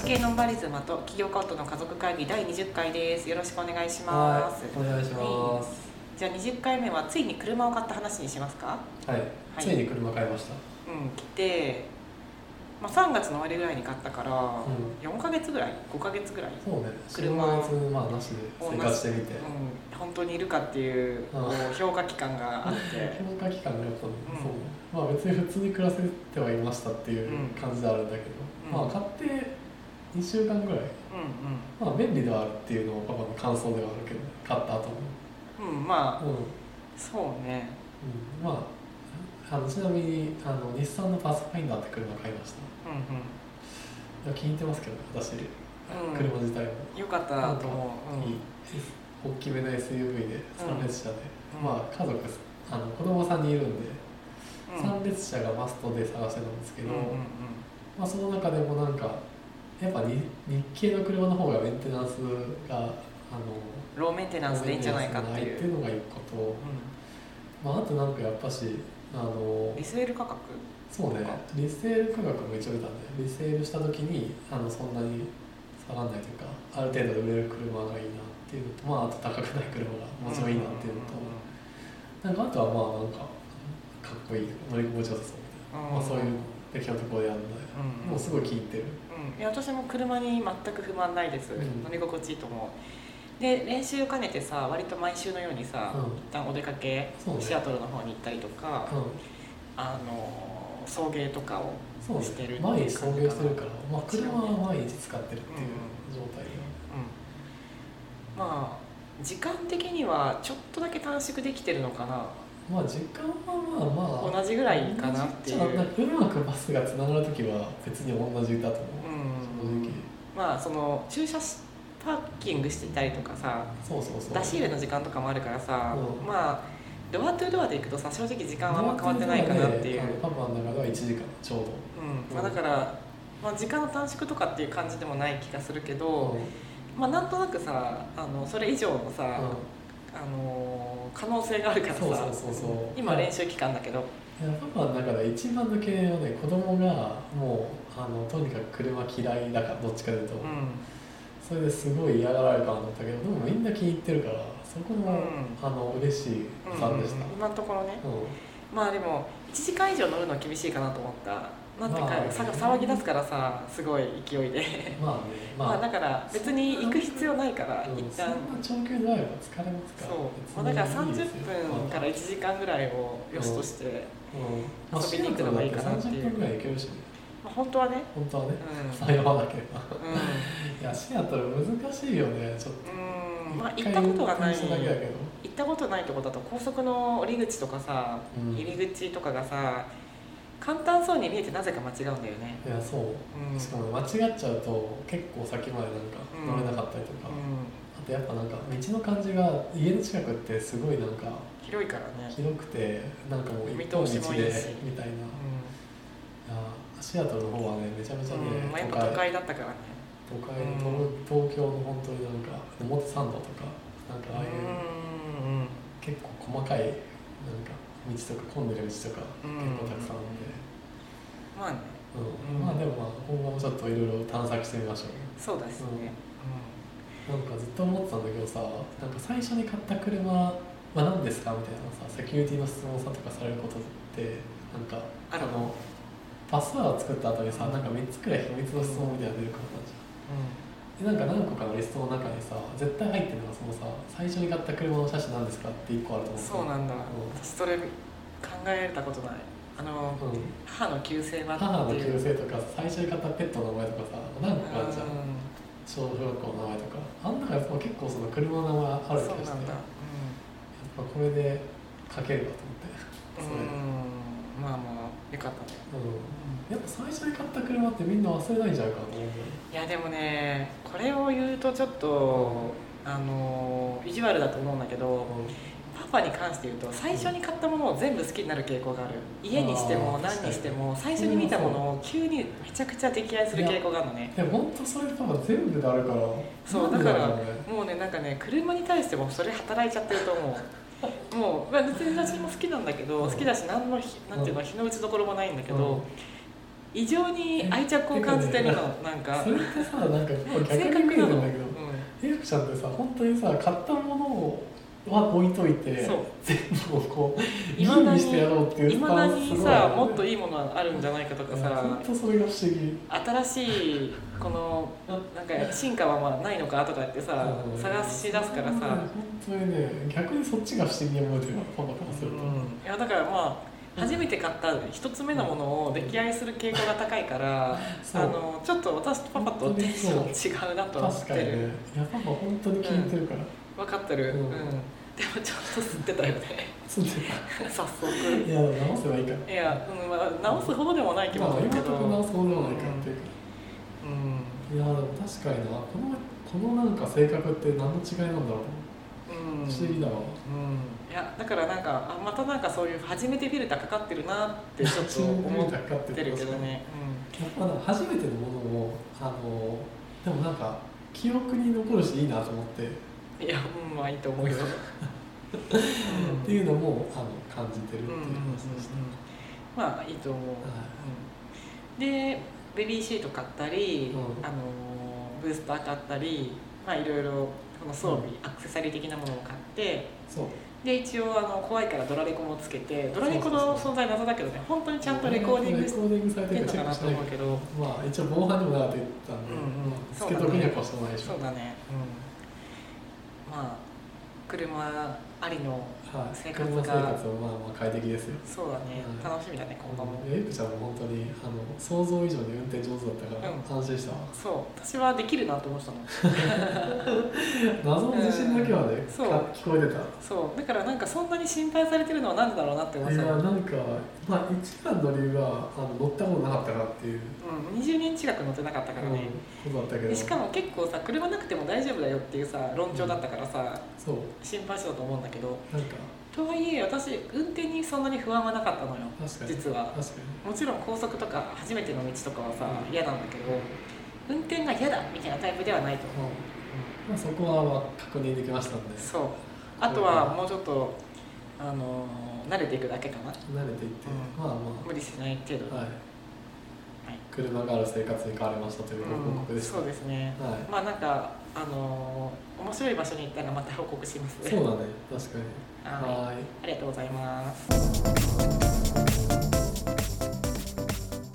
NHK ノンバリズマと企業家夫の家族会議第20回です。よろしくお願いします。 はい、お願いします。 じゃあ20回目はついに車を買った話にしますか？ はい、ついに車買いました。 来て、3月の終わりぐらいに買ったから、4ヶ月ぐらい5ヶ月ぐらいそうね、 車なしで生活してみて、 本当にいるかっていう評価期間があって評価期間がやっぱ、そう別に普通に暮らせてはいましたっていう感じであるんだけど、買って2週間ぐらい、便利ではあるっていうのもパパの感想ではあるけど、買った後もそうね、 ちなみに日産のパスファインダーって車を買いました。いや気に入ってますけど、私、車自体もよかったと思う。 大きめの SUV で3列車で、家族子供さんにいるんで、3列車がマストで探してたんですけど、その中でもやっぱ日系の車の方がメンテナンスがローメンテナンスでいいんじゃないかっていうのが一個と、あとやっぱしリセール価格？ そうね、リセール価格も一応出たんで、リセールした時にそんなに下がらないというか、ある程度売れる車がいいなっていうのと、あと高くない車がもちろんいいなっていうのと、あとはかっこいい、乗り心地よさそうみたいな、そういう出来のところでやるので、もうすごい気に入ってる。 いや私も車に全く不満ないです。乗り心地いいと思う。で練習を兼ねてさ、割と毎週のようにさ、一旦お出かけ、シアトルの方に行ったりとか、送迎とかをしてるっていう毎日送迎してるから、車は毎日使ってるっていう状態で、 時間的にはちょっとだけ短縮できてるのかな。 時間は同じぐらいかなっていう。 うまくバスがつながるときは別に同じだと思う。正直。 その駐車パーキングしてたりとかさ、出し入れの時間とかもあるからさ、ドアトゥドアで行くとさ、正直時間はあんま変わってないかなっていう。 パパの中では1時間ちょうど。 だから、時間の短縮とかっていう感じでもない気がするけど、なんとなくさ、それ以上のさ、可能性があるからさ、今練習期間だけど。 パパの中で一番の懸念はね、子供がもうとにかく車嫌いだから、どっちかというと、それですごい嫌がられるかなと思ったけど、でもみんな気に入ってるから、そこも嬉しい感でした。 今のところね。でも1時間以上乗るのは厳しいかなと思った。なんていうか、騒ぎ出すからさ、すごい勢いで。だから別に行く必要ないから、一旦。 そんな長距離ドライバー疲れますから。 そう。だから30分から1時間ぐらいを良しとして遊びに行くのがいいかなっていう。 30分ぐらい行けるしね。 本当はね。 さよわなければ。いや、シアトル難しいよね、ちょっと。 行ったことがない。行ったことないとこだと高速の降り口とかさ、入り口とかがさ、簡単そうに見えてなぜか間違うんだよね。 いや、そう。しかも間違っちゃうと結構先まで乗れなかったりとか。あとやっぱ道の感じが家の近くってすごい広いからね。 広くてもう一本道でみたいな。シアトルの方はね、めちゃめちゃね、 やっぱ都会だったからね。 都会の東京の本当に表参道とかああいう結構細かい道とか混んでる道とか結構たくさんあるんで、でも今後もちょっといろいろ探索してみましょう。 そうですね。 ずっと思ってたんだけどさ、最初に買った車は何ですかみたいなさ、セキュリティの質問さとかされることってパスワード作った後にさ、3つくらい秘密の質問みたいなの出るからじゃん。で何個かのリストの中にさ、絶対入ってるのがそのさ、最初に買った車の車種なんですかって1個あると思う。 そうなんだ。私それ考えたことない。母の旧姓はっていう。 母の旧姓とか、最初に買ったペットの名前とかさ、何個かあるじゃん。小学校の名前とか。あん中やっぱ結構その車の名前ある気がして、やっぱこれで書けるわと思って。 よかったね。 やっぱ最初に買った車ってみんな忘れないんじゃないかなと思う。 いやでもね、これを言うとちょっと、意地悪だと思うんだけど、パパに関して言うと最初に買ったものを全部好きになる傾向がある。家にしても何にしても最初に見たものを急にめちゃくちゃ溺愛する傾向があるのね。 本当それパパ全部であるから。 そうだからもうね、車に対してもそれ働いちゃってると思う。もう別に私も好きなんだけど、好きだしなんていうの日の打ちどころもないんだけど、 異常に愛着を感じてるの、なんかそれってさ、なんか逆に見えるんだけど、エイクちゃんってさ、本当にさ、買ったものは置いといて、全部をこういいにしてやろうっていうスタンスすごい、ね、 いまだにさ、もっといいものあるんじゃないかとかさ、 本当それが不思議。 新しいこのなんか進化はまあないのかとかってさ、探し出すからさ、 本当にね、逆にそっちが不思議に思えてるパパからすると、 いやだからまあ初めて買った一つ目のものを溺愛する傾向が高いからちょっと私とパパとテンション違うなと思ってる。 確かにね、いやパパ本当に気に入ってるから、 分かってる、でもちょっと吸ってたよね吸ってた早速。 いや直せばいいから、 いや、直すほどでもないけど、 今のところ直すほどでもないからっていうか、いやでも確かにな、このなんか性格って何の違いなんだろう、不思議だわ。 いやだからなんかまたなんかそういう初めてフィルターかかってるなってちょっと思ってるけどね。 まだ初めてのものをでもなんか記憶に残るしいいなと思って、 いやまあいいと思うよっていうのも感じてるっていう話でした。 まあいいと思う。でベビーシート買ったり、ブースター買ったり、まあいろいろこの装備、アクセサリー的なものを買って、で一応怖いからドラレコもつけて、ドラレコの存在謎だけどね、本当にちゃんとレコーディングしてるのかなと思うけど、 まあ一応防犯にもなるって言ったんで、つけとくには越したないでしょ。 そうだね。まあ車ありの生活が、 車生活はまあまあ快適ですよ。 そうだね、楽しみだね今後も。 エイクちゃんも本当に想像以上に運転上手だったから安心したわ。 そう私はできるなと思ってたの謎の自信だけはね、聞こえてた。 そうだからなんかそんなに心配されてるのはなんでだろうなって思ってた。 いやなんかまあ一番の理由が乗ったことなかったからっていう、 20年近く乗ってなかったからね、 ことだったけど、 しかも結構さ車なくても大丈夫だよっていうさ論調だったからさ、 そう心配してたと思うんだけど、 なんかとはいえ私運転にそんなに不安はなかったのよ。実はもちろん高速とか初めての道とかはさ、嫌なんだけど、運転が嫌だみたいなタイプではないと思う。 まあそこは確認できましたんで。 そうあとはもうちょっと慣れていくだけかな。慣れていって、まあまあ無理しない程度。 車がある生活に変わりましたというご報告です。 そうですね。まあなんか面白い場所に行ったらまた報告します。 そうだね、確かに。 はい、ありがとうございます。